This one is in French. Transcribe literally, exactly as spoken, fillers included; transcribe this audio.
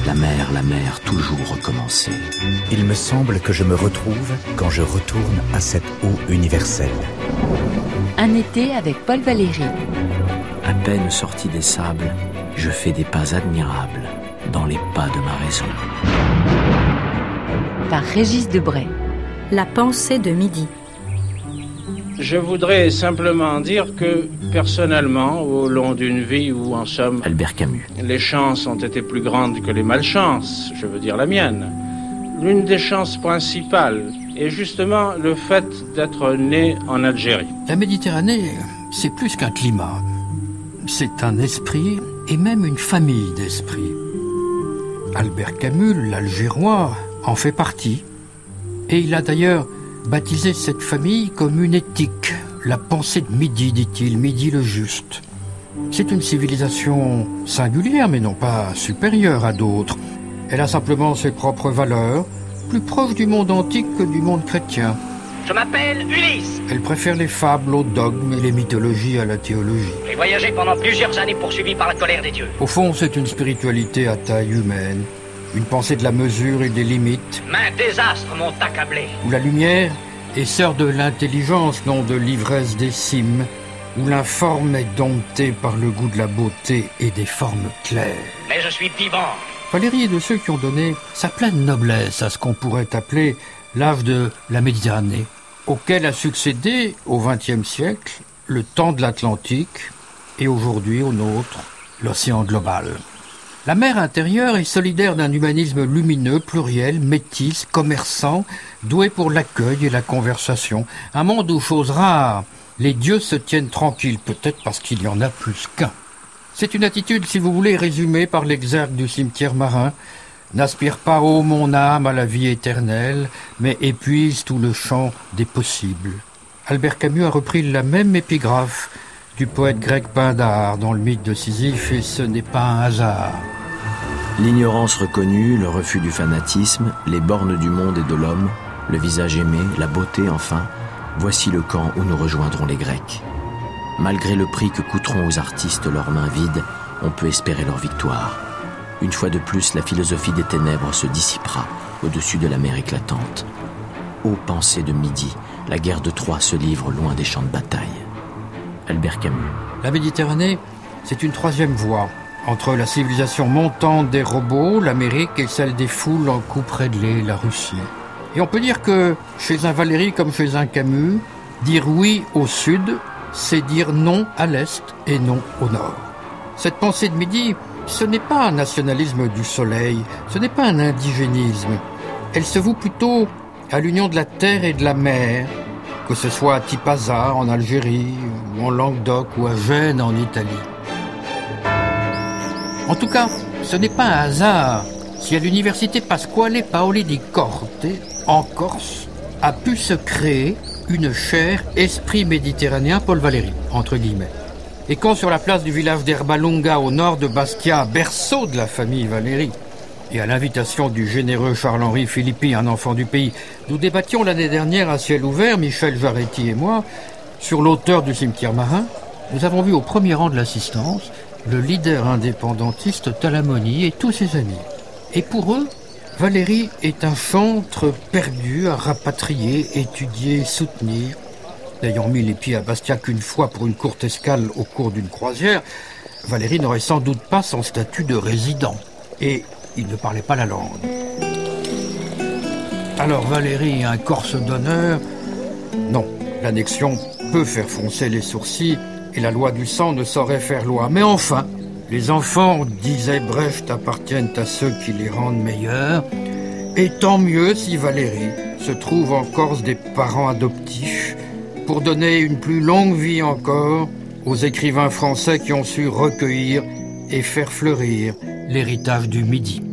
La mer, la mer, toujours recommencer. Il me semble que je me retrouve quand je retourne à cette eau universelle. Un été avec Paul Valéry. À peine sorti des sables, je fais des pas admirables dans les pas de ma raison. Par Régis Debray. La pensée de midi. Je voudrais simplement dire que, personnellement, au long d'une vie où, en somme, Albert Camus. Les chances ont été plus grandes que les malchances, je veux dire la mienne. L'une des chances principales est justement le fait d'être né en Algérie. La Méditerranée, c'est plus qu'un climat. C'est un esprit et même une famille d'esprits. Albert Camus, l'Algérois, en fait partie. Et il a d'ailleurs baptisé cette famille comme une éthique. La pensée de Midi, dit-il, Midi le juste. C'est une civilisation singulière, mais non pas supérieure à d'autres. Elle a simplement ses propres valeurs, plus proches du monde antique que du monde chrétien. Je m'appelle Ulysse. Elle préfère les fables aux dogmes et les mythologies à la théologie. J'ai voyagé pendant plusieurs années poursuivi par la colère des dieux. Au fond, c'est une spiritualité à taille humaine, une pensée de la mesure et des limites. Main désastres m'ont accablé. Où la lumière est sœur de l'intelligence, non de l'ivresse des cimes. Où l'informe est dompté par le goût de la beauté et des formes claires. Mais je suis vivant. Valéry est de ceux qui ont donné sa pleine noblesse à ce qu'on pourrait appeler l'âge de la Méditerranée, auquel a succédé, au vingtième siècle, le temps de l'Atlantique, et aujourd'hui, au nôtre, l'océan global. La mer intérieure est solidaire d'un humanisme lumineux, pluriel, métis, commerçant, doué pour l'accueil et la conversation. Un monde où, chose rare, les dieux se tiennent tranquilles, peut-être parce qu'il y en a plus qu'un. C'est une attitude, si vous voulez, résumée par l'exergue du cimetière marin. N'aspire pas, ô mon âme, à la vie éternelle, mais épuise tout le champ des possibles. Albert Camus a repris la même épigraphe du poète grec Pindare dans le mythe de Sisyphe, et ce n'est pas un hasard. L'ignorance reconnue, le refus du fanatisme, les bornes du monde et de l'homme, le visage aimé, la beauté enfin, voici le camp où nous rejoindrons les Grecs. Malgré le prix que coûteront aux artistes leurs mains vides, on peut espérer leur victoire. Une fois de plus, la philosophie des ténèbres se dissipera au-dessus de la mer éclatante. Ô pensée de Midi, la guerre de Troie se livre loin des champs de bataille. Albert Camus. La Méditerranée, c'est une troisième voie entre la civilisation montante des robots, l'Amérique, et celle des foules en coupe réglée, la Russie. Et on peut dire que, chez un Valéry comme chez un Camus, dire oui au sud, c'est dire non à l'est et non au nord. Cette pensée de Midi, ce n'est pas un nationalisme du soleil, ce n'est pas un indigénisme. Elle se voue plutôt à l'union de la terre et de la mer, que ce soit à Tipaza en Algérie, ou en Languedoc, ou à Gênes en Italie. En tout cas, ce n'est pas un hasard si à l'université Pasquale Paoli di Corte, en Corse, a pu se créer une chaire esprit méditerranéen Paul Valéry, entre guillemets. Et quand sur la place du village d'Erbalunga, au nord de Bastia, berceau de la famille Valéry, et à l'invitation du généreux Charles-Henri Philippi, un enfant du pays, nous débattions l'année dernière à ciel ouvert, Michel Jaretti et moi, sur l'auteur du cimetière marin, nous avons vu au premier rang de l'assistance le leader indépendantiste Talamoni et tous ses amis. Et pour eux, Valéry est un chantre perdu à rapatrier, étudier, soutenir. N'ayant mis les pieds à Bastia qu'une fois pour une courte escale au cours d'une croisière, Valéry n'aurait sans doute pas son statut de résident. Et il ne parlait pas la langue. Alors Valéry, un Corse d'honneur? Non, l'annexion peut faire froncer les sourcils et la loi du sang ne saurait faire loi. Mais enfin, les enfants, disait Brecht, appartiennent à ceux qui les rendent meilleurs. Et tant mieux si Valéry se trouve en Corse des parents adoptifs pour donner une plus longue vie encore aux écrivains français qui ont su recueillir et faire fleurir l'héritage du Midi.